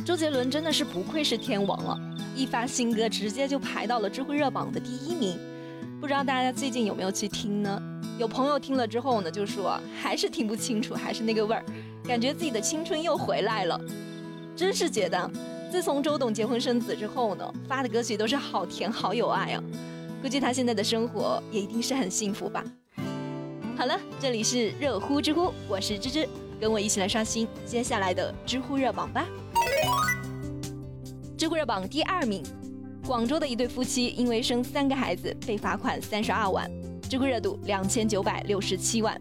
周杰伦真的是不愧是天王了，一发新歌直接就排到了知乎热榜的第1名。不知道大家最近有没有去听呢？有朋友听了之后呢，就说还是听不清楚，还是那个味儿，感觉自己的青春又回来了。真是觉得自从周董结婚生子之后呢，发的歌曲都是好甜好有爱啊，估计他现在的生活也一定是很幸福吧。好了，这里是热乎知乎，我是芝芝，跟我一起来刷新接下来的知乎热榜吧。知乎热榜第2名，广州的一对夫妻因为生3个孩子被罚款32万，知乎热度2967万。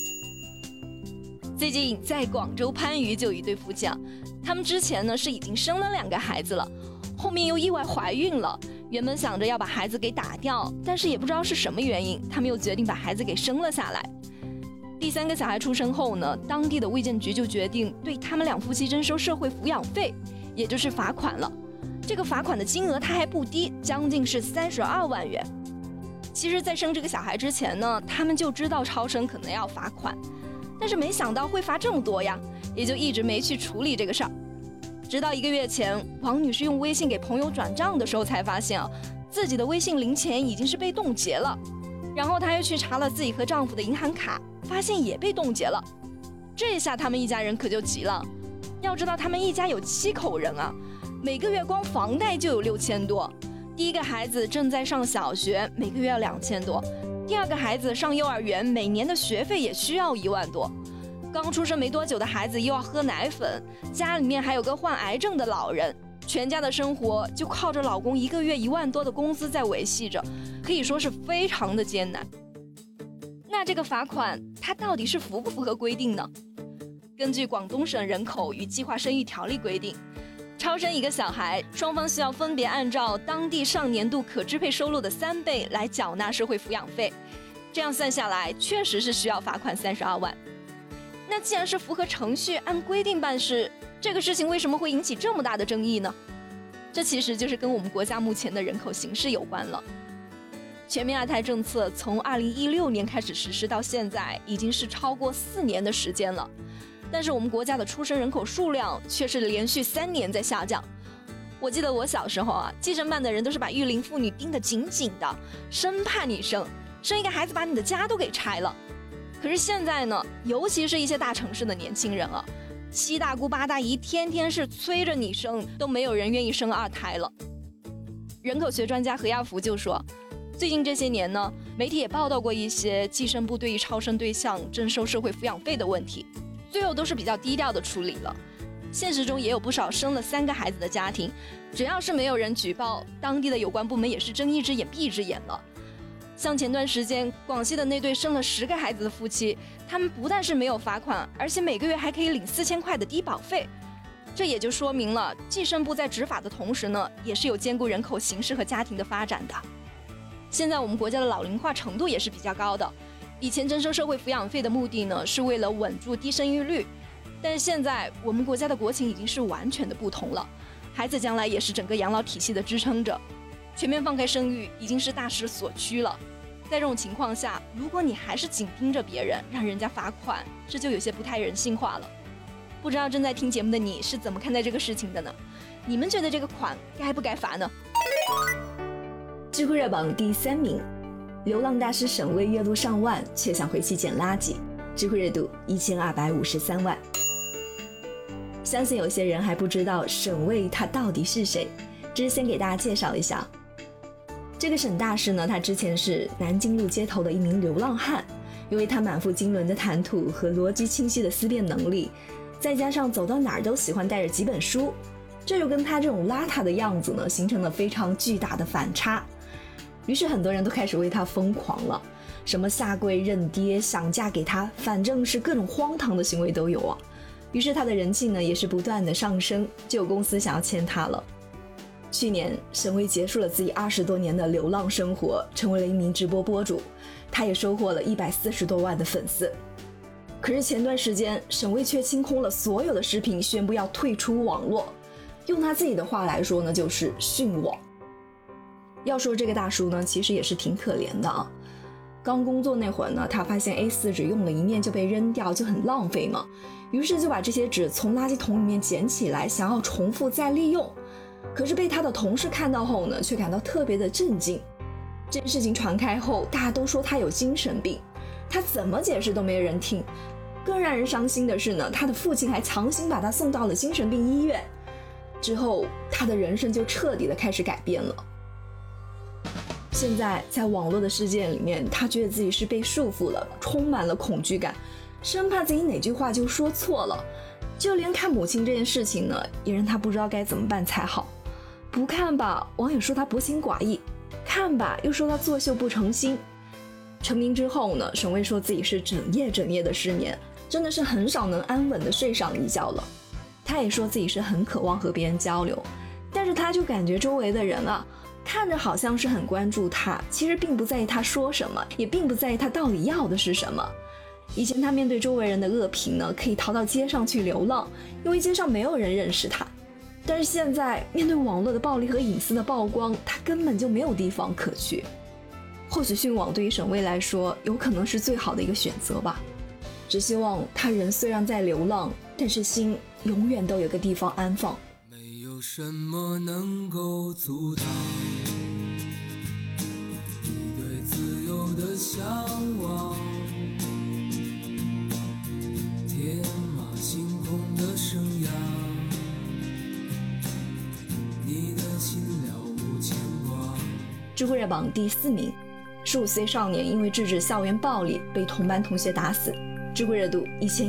最近在广州番禺就有一对夫妻啊，他们之前呢是已经生了2个孩子了，后面又意外怀孕了，原本想着要把孩子给打掉，但是也不知道是什么原因，他们又决定把孩子给生了下来。第3个小孩出生后呢，当地的卫健局就决定对他们2夫妻征收社会抚养费，也就是罚款了。这个罚款的金额它还不低，将近是32万元。其实在生这个小孩之前呢，他们就知道超生可能要罚款，但是没想到会罚这么多呀，也就一直没去处理这个事儿。直到1个月前，王女士用微信给朋友转账的时候才发现自己的微信零钱已经是被冻结了，然后她又去查了自己和丈夫的银行卡，发现也被冻结了。这下他们一家人可就急了，要知道他们一家有7口人啊，每个月光房贷就有6000多，第1个孩子正在上小学，每个月要2000多，第2个孩子上幼儿园，每年的学费也需要1万多，刚出生没多久的孩子又要喝奶粉，家里面还有个患癌症的老人，全家的生活就靠着老公1个月1万多的工资在维系着，可以说是非常的艰难。那这个罚款它到底是符不符合规定呢？根据广东省人口与计划生育条例规定，超生1个小孩，双方需要分别按照当地上年度可支配收入的3倍来缴纳社会抚养费，这样算下来确实是需要罚款32万。那既然是符合程序按规定办事，这个事情为什么会引起这么大的争议呢？这其实就是跟我们国家目前的人口形势有关了。全面2胎政策从2016年开始实施到现在，已经是超过4年的时间了，但是我们国家的出生人口数量却是连续3年在下降。我记得我小时候计生办的人都是把育龄妇女盯得紧紧的，生怕你生1个孩子把你的家都给拆了。可是现在呢，尤其是一些大城市的年轻人7大姑8大姨天天是催着你生，都没有人愿意生2胎了。人口学专家何亚福就说，最近这些年呢，媒体也报道过一些计生部对于超生对象征收社会抚养费的问题，最后都是比较低调的处理了。现实中也有不少生了3个孩子的家庭，只要是没有人举报，当地的有关部门也是睁一只眼闭一只眼了。像前段时间广西的那对生了10个孩子的夫妻，他们不但是没有罚款，而且每个月还可以领4000块的低保费。这也就说明了计生部在执法的同时呢，也是有兼顾人口形势和家庭的发展的。现在我们国家的老龄化程度也是比较高的，以前征收社会抚养费的目的呢，是为了稳住低生育率，但是现在我们国家的国情已经是完全的不同了，孩子将来也是整个养老体系的支撑着，全面放开生育已经是大势所趋了。在这种情况下，如果你还是紧盯着别人让人家罚款，这就有些不太人性化了。不知道正在听节目的你是怎么看待这个事情的呢？你们觉得这个款该不该罚呢？ 知乎热榜第3名，流浪大师沈巍月入上万，却想回去捡垃圾，知乎热度1253万。相信有些人还不知道沈巍他到底是谁，这先给大家介绍一下。这个沈大师呢，他之前是南京路街头的一名流浪汉，因为他满腹经纶的谈吐和逻辑清晰的思辨能力，再加上走到哪儿都喜欢带着几本书，这就跟他这种邋遢的样子呢，形成了非常巨大的反差。于是很多人都开始为他疯狂了，什么下跪认爹，想嫁给他，反正是各种荒唐的行为都有啊。于是他的人气呢也是不断的上升，就有公司想要签他了。去年沈巍结束了自己20多年的流浪生活，成为了一名直播博主，他也收获了140多万的粉丝。可是前段时间沈巍却清空了所有的视频，宣布要退出网络，用他自己的话来说呢，就是殉网。要说这个大叔呢，其实也是挺可怜的啊。 刚工作那会儿呢，他发现 A4 纸用了一面就被扔掉，就很浪费嘛，于是就把这些纸从垃圾桶里面捡起来，想要重复再利用。可是被他的同事看到后呢，却感到特别的震惊。这件事情传开后，大家都说他有精神病，他怎么解释都没人听。更让人伤心的是呢，他的父亲还强行把他送到了精神病医院。之后，他的人生就彻底的开始改变了。现在在网络的世界里面，他觉得自己是被束缚了，充满了恐惧感，生怕自己哪句话就说错了。就连看母亲这件事情呢，也让他不知道该怎么办才好。不看吧，网友说他薄情寡义；看吧，又说他作秀不诚心。成名之后呢，沈巍说自己是整夜的失眠，真的是很少能安稳的睡上一觉了。他也说自己是很渴望和别人交流，但是他就感觉周围的人啊，看着好像是很关注他，其实并不在意他说什么，也并不在意他到底要的是什么。以前他面对周围人的恶评呢，可以逃到街上去流浪，因为街上没有人认识他。但是现在面对网络的暴力和隐私的曝光，他根本就没有地方可去。或许讯网对于沈巍来说，有可能是最好的一个选择吧。只希望他人虽然在流浪，但是心永远都有个地方安放。 没有什么能够阻挡你对自由的向往，天马行空的生涯，你的心了无牵挂。 知乎热榜第4名，15岁少年因为制止校园暴力被同班同学打死，知乎热度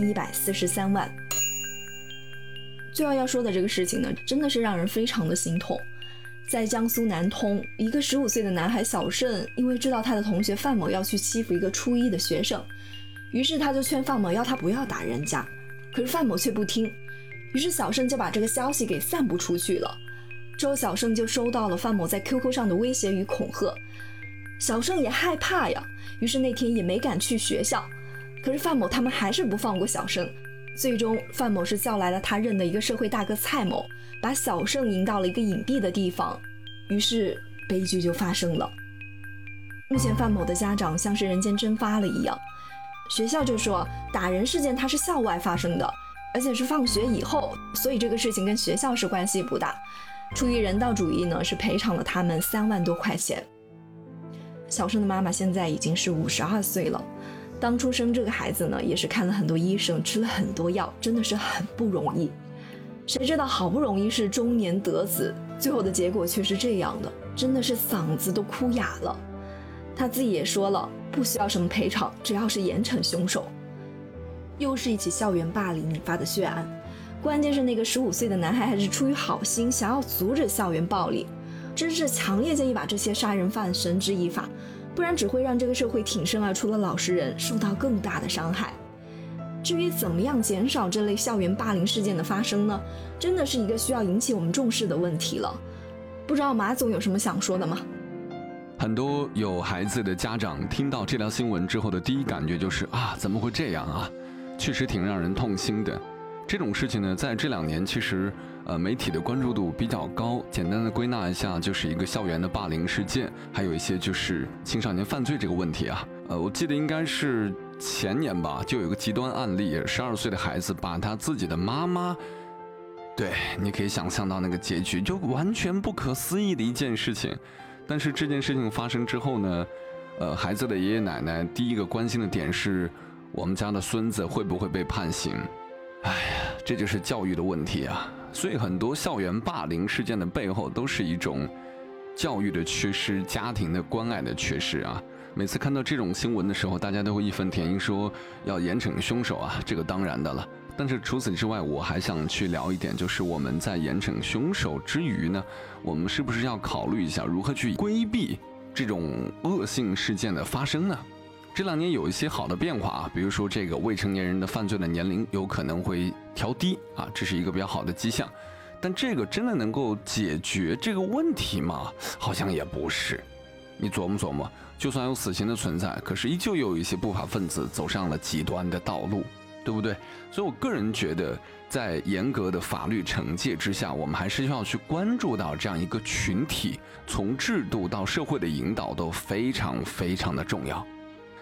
1143万。最后要说的这个事情呢，真的是让人非常的心痛。在江苏南通，一个15岁的男孩小盛，因为知道他的同学范某要去欺负一个初一的学生，于是他就劝范某要他不要打人家，可是范某却不听，于是小盛就把这个消息给散布出去了。之后小盛就收到了范某在 QQ 上的威胁与恐吓，小盛也害怕呀，于是那天也没敢去学校。可是范某他们还是不放过小盛，最终范某是叫来了他认的一个社会大哥蔡某，把小盛引到了一个隐蔽的地方，于是悲剧就发生了。目前范某的家长像是人间蒸发了一样，学校就说打人事件它是校外发生的，而且是放学以后，所以这个事情跟学校是关系不大。出于人道主义呢，是赔偿了他们3万多块钱。小盛的妈妈现在已经是52岁了，当初生这个孩子呢，也是看了很多医生，吃了很多药，真的是很不容易。谁知道好不容易是中年得子，最后的结果却是这样的，真的是嗓子都哭哑了。他自己也说了，不需要什么赔偿，只要是严惩凶手。又是一起校园霸凌引发的血案，关键是那个15岁的男孩还是出于好心，想要阻止校园暴力，真是强烈建议把这些杀人犯绳之以法，不然只会让这个社会挺身而出的老实人受到更大的伤害。至于怎么样减少这类校园霸凌事件的发生呢，真的是一个需要引起我们重视的问题了。不知道马总有什么想说的吗？ 很多有孩子的家长听到这条新闻之后的第一感觉就是怎么会这样啊？确实挺让人痛心的。这种事情呢，在这2年其实媒体的关注度比较高。简单的归纳一下，就是一个校园的霸凌事件，还有一些就是青少年犯罪这个问题啊。我记得应该是前年吧，就有一个极端案例，12岁的孩子把他自己的妈妈，对，你可以想象到那个结局，就完全不可思议的一件事情。但是这件事情发生之后呢，孩子的爷爷奶奶第一个关心的点是，我们家的孙子会不会被判刑？哎呀，这就是教育的问题啊！所以很多校园霸凌事件的背后，都是一种教育的缺失、家庭的关爱的缺失啊！每次看到这种新闻的时候，大家都会义愤填膺说要严惩凶手啊，这个当然的了。但是除此之外，我还想去聊一点，就是我们在严惩凶手之余呢，我们是不是要考虑一下如何去规避这种恶性事件的发生呢？这2年有一些好的变化啊，比如说这个未成年人的犯罪的年龄有可能会调低啊，这是一个比较好的迹象。但这个真的能够解决这个问题吗？好像也不是。你琢磨琢磨，就算有死刑的存在，可是依旧有一些不法分子走上了极端的道路，对不对？所以我个人觉得，在严格的法律惩戒之下，我们还是要去关注到这样一个群体，从制度到社会的引导都非常非常的重要。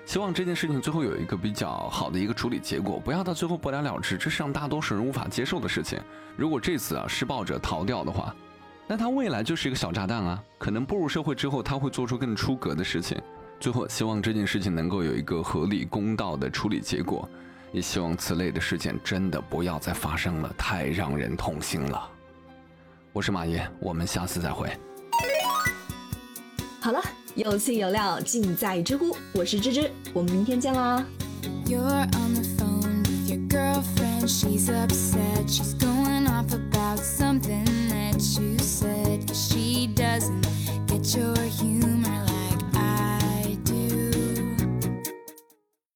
希望这件事情最后有一个比较好的一个处理结果，不要到最后不了了之，这是让大多数人无法接受的事情。如果这次施暴者逃掉的话，那他未来就是一个小炸弹啊，可能步入社会之后他会做出更出格的事情。最后希望这件事情能够有一个合理公道的处理结果，也希望此类的事件真的不要再发生了，太让人痛心了。我是马爷，我们下次再会。 好了，有趣有料尽在知乎，我是芝芝，我们明天见啦。 You're on the phone with your girlfriend, she's upset, she's going